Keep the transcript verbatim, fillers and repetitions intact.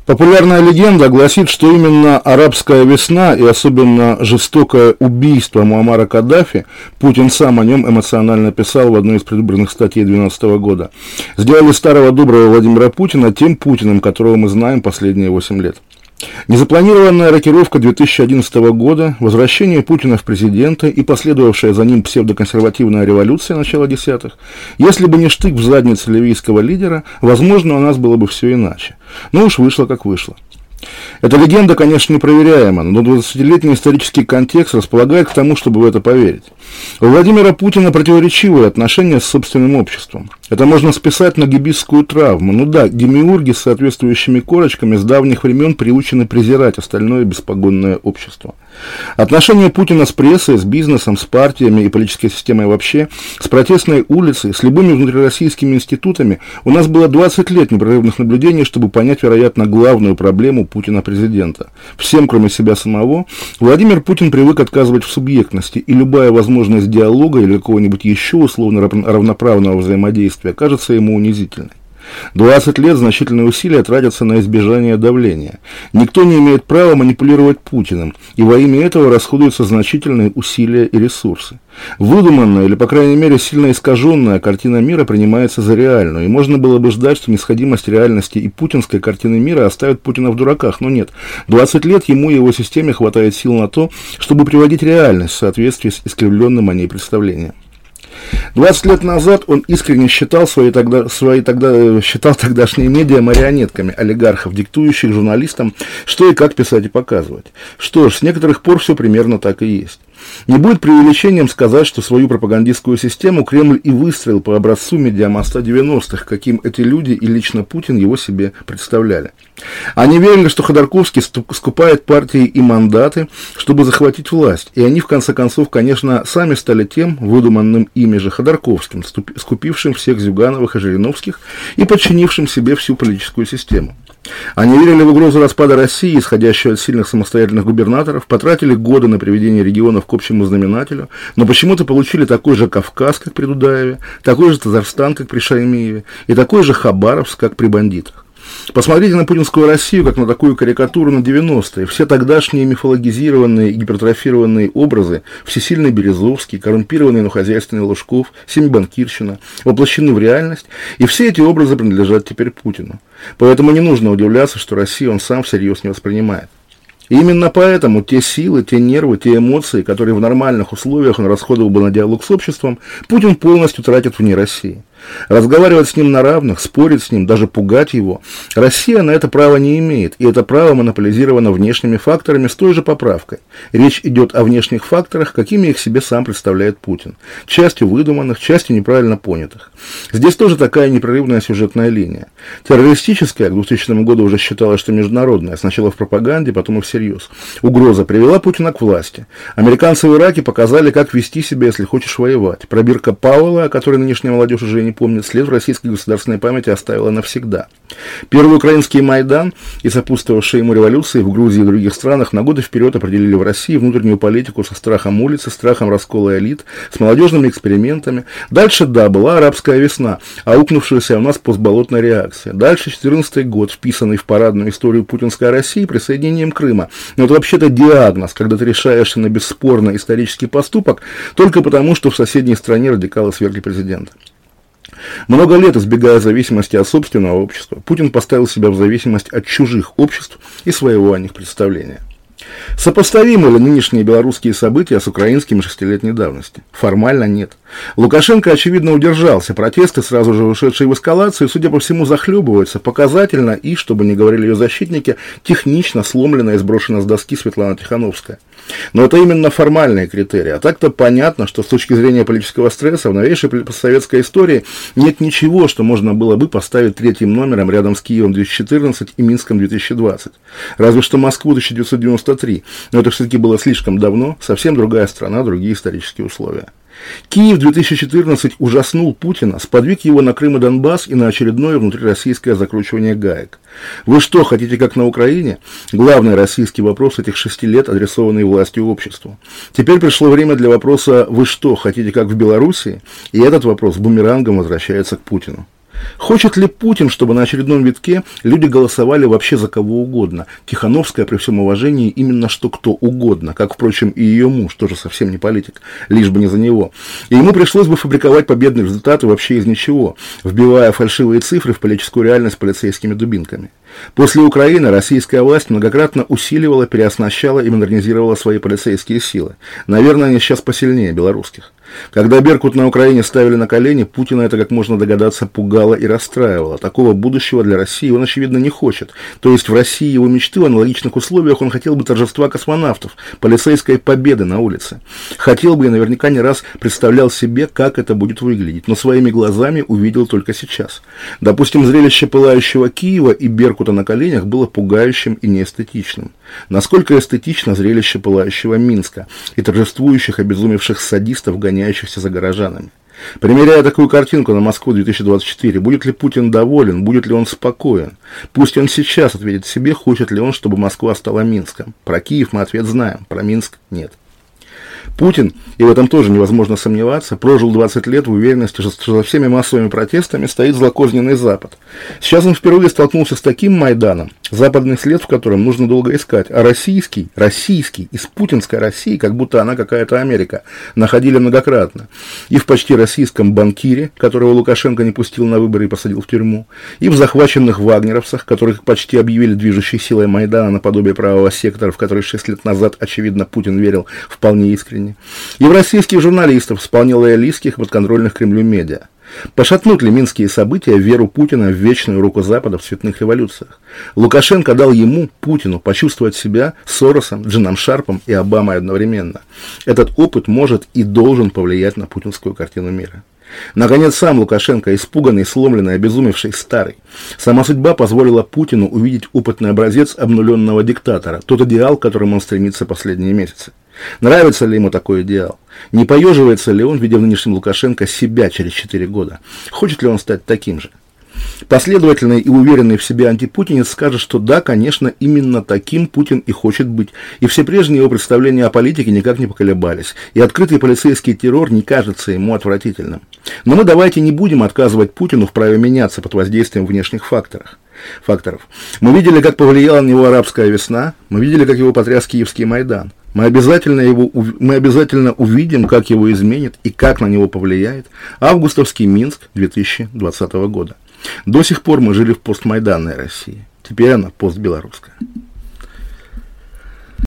Популярная легенда гласит, что именно арабская весна и особенно жестокое убийство Муаммара Каддафи, Путин сам о нем эмоционально писал в одной из предвыборных статей две тысячи двенадцатого года, сделали старого доброго Владимира Путина тем Путиным, которого мы знаем последние восемь лет. Незапланированная рокировка две тысячи одиннадцатого года, возвращение Путина в президенты и последовавшая за ним псевдоконсервативная революция начала десятых, если бы не штык в заднице ливийского лидера, возможно, у нас было бы все иначе. Но уж вышло, как вышло. Эта легенда, конечно, непроверяема, но двадцатилетний исторический контекст располагает к тому, чтобы в это поверить. У Владимира Путина противоречивые отношения с собственным обществом. Это можно списать на гибисскую травму. Ну да, демиурги с соответствующими корочками с давних времен приучены презирать остальное беспогонное общество. Отношения Путина с прессой, с бизнесом, с партиями и политической системой вообще, с протестной улицей, с любыми внутрироссийскими институтами у нас было двадцать лет непрерывных наблюдений, чтобы понять, вероятно, главную проблему Путина-президента. Всем, кроме себя самого, Владимир Путин привык отказывать в субъектности, и любая возможность диалога или какого-нибудь еще условно равноправного взаимодействия кажется ему унизительной. двадцать лет значительные усилия тратятся на избежание давления. Никто не имеет права манипулировать Путиным, и во имя этого расходуются значительные усилия и ресурсы. Выдуманная, или, по крайней мере, сильно искаженная картина мира принимается за реальную, и можно было бы ждать, что несходимость реальности и путинской картины мира оставит Путина в дураках, но нет. двадцать лет ему и его системе хватает сил на то, чтобы приводить реальность в соответствии с искривленным о ней представлением. двадцать лет назад он искренне считал свои тогда, свои тогда, считал тогдашние медиа марионетками олигархов, диктующих журналистам, что и как писать и показывать. Что ж, с некоторых пор все примерно так и есть. Не будет преувеличением сказать, что свою пропагандистскую систему Кремль и выстроил по образцу медиамоста девяностых, каким эти люди и лично Путин его себе представляли. Они верили, что Ходорковский скупает партии и мандаты, чтобы захватить власть, и они, в конце концов, конечно, сами стали тем, выдуманным ими же Ходорковским, скупившим всех Зюгановых и Жириновских и подчинившим себе всю политическую систему. Они верили в угрозу распада России, исходящую от сильных самостоятельных губернаторов, потратили годы на приведение регионов к общему знаменателю, но почему-то получили такой же Кавказ, как при Дудаеве, такой же Татарстан, как при Шаймиеве, и такой же Хабаровск, как при бандитах. Посмотрите на путинскую Россию, как на такую карикатуру на девяностые. Все тогдашние мифологизированные и гипертрофированные образы, всесильный Березовский, коррумпированный, но хозяйственный Лужков, Семибанкирщина, воплощены в реальность, и все эти образы принадлежат теперь Путину. Поэтому не нужно удивляться, что Россию он сам всерьез не воспринимает. И именно поэтому те силы, те нервы, те эмоции, которые в нормальных условиях он расходовал бы на диалог с обществом, Путин полностью тратит вне России. Разговаривать с ним на равных, спорить с ним, даже пугать его, Россия на это право не имеет, и это право монополизировано внешними факторами с той же поправкой. Речь идет о внешних факторах, какими их себе сам представляет Путин, частью выдуманных, частью неправильно понятых. Здесь тоже такая непрерывная сюжетная линия. Террористическая, к двухтысячному году уже считалось, что международная, сначала в пропаганде, потом и всерьез. Угроза привела Путина к власти. Американцы в Ираке показали, как вести себя, если хочешь воевать. Пробирка Пауэлла, о которой нынешняя молодежь уже не помнит, след в российской государственной памяти оставила навсегда. Первый украинский Майдан и сопутствовавшие ему революции в Грузии и других странах на годы вперед определили в России внутреннюю политику со страхом улицы, страхом раскола элит, с молодежными экспериментами. Дальше, да, была арабская весна, аукнувшаяся у нас постболотная реакция. Дальше четырнадцатый год, вписанный в парадную историю путинской России присоединением Крыма. Но это вообще-то диагноз, когда ты решаешься на бесспорно исторический поступок только потому, что в соседней стране радикалы свергли президента. Много лет, избегая зависимости от собственного общества, Путин поставил себя в зависимость от чужих обществ и своего о них представления. Сопоставимы ли нынешние белорусские события с украинскими шестилетней давности? Формально нет. Лукашенко, очевидно, удержался. Протесты, сразу же ушедшие в эскалацию, судя по всему, захлебываются показательно и, чтобы не говорили ее защитники, технично сломлена и сброшена с доски Светлана Тихановская. Но это именно формальные критерии. А так-то понятно, что с точки зрения политического стресса в новейшей постсоветской истории нет ничего, что можно было бы поставить третьим номером рядом с Киевом две тысячи четырнадцать и Минском две тысячи двадцать. Разве что Москву тысяча девятьсот девяносто три. Но это все-таки было слишком давно, совсем другая страна, другие исторические условия. Киев две тысячи четырнадцать ужаснул Путина, сподвиг его на Крым и Донбасс и на очередное внутрироссийское закручивание гаек. Вы что, хотите как на Украине? Главный российский вопрос этих шести лет, адресованный властью обществу. Теперь пришло время для вопроса «Вы что, хотите как в Белоруссии?» И этот вопрос бумерангом возвращается к Путину. Хочет ли Путин, чтобы на очередном витке люди голосовали вообще за кого угодно? Тихановская, при всем уважении, именно что кто угодно, как, впрочем, и ее муж, тоже совсем не политик, лишь бы не за него. И ему пришлось бы фабриковать победные результаты вообще из ничего, вбивая фальшивые цифры в политическую реальность полицейскими дубинками. После Украины российская власть многократно усиливала, переоснащала и модернизировала свои полицейские силы. Наверное, они сейчас посильнее белорусских. Когда Беркут на Украине ставили на колени, Путина это, как можно догадаться, пугало и расстраивало. Такого будущего для России он, очевидно, не хочет. То есть в России его мечты в аналогичных условиях он хотел бы торжества космонавтов, полицейской победы на улице. Хотел бы и наверняка не раз представлял себе, как это будет выглядеть, но своими глазами увидел только сейчас. Допустим, зрелище пылающего Киева и Беркута на коленях было пугающим и неэстетичным. Насколько эстетично зрелище пылающего Минска и торжествующих, обезумевших садистов, гоняющихся за горожанами. Примеряя такую картинку на Москву две тысячи двадцать четыре, будет ли Путин доволен, будет ли он спокоен? Пусть он сейчас ответит себе, хочет ли он, чтобы Москва стала Минском. Про Киев мы ответ знаем, про Минск нет. Путин, и в этом тоже невозможно сомневаться, прожил двадцать лет в уверенности, что за всеми массовыми протестами стоит злокозненный Запад. Сейчас он впервые столкнулся с таким Майданом, западный след в котором нужно долго искать, а российский, российский, из путинской России, как будто она какая-то Америка, находили многократно. И в почти российском банкире, которого Лукашенко не пустил на выборы и посадил в тюрьму, и в захваченных вагнеровцах, которых почти объявили движущей силой Майдана наподобие правого сектора, в который шесть лет назад, очевидно, Путин верил вполне искренне. И в российских журналистов, вполне лоялистских, подконтрольных Кремлю медиа. Пошатнут ли минские события веру Путина в вечную руку Запада в цветных революциях? Лукашенко дал ему, Путину, почувствовать себя Соросом, Джином Шарпом и Обамой одновременно. Этот опыт может и должен повлиять на путинскую картину мира. Наконец, сам Лукашенко, испуганный, сломленный, обезумевший, старый. Сама судьба позволила Путину увидеть опытный образец обнуленного диктатора, тот идеал, к которому он стремится последние месяцы. Нравится ли ему такой идеал? Не поеживается ли он, видя в нынешнем Лукашенко, себя через четыре года? Хочет ли он стать таким же? Последовательный и уверенный в себе антипутинец скажет, что да, конечно, именно таким Путин и хочет быть. И все прежние его представления о политике никак не поколебались. И открытый полицейский террор не кажется ему отвратительным. Но мы давайте не будем отказывать Путину в праве меняться под воздействием внешних факторов. факторов. Мы видели, как повлияла на него арабская весна, мы видели, как его потряс Киевский Майдан. Мы обязательно, его, мы обязательно увидим, как его изменит и как на него повлияет августовский Минск две тысячи двадцатого года. До сих пор мы жили в постмайданной России. Теперь она постбелорусская.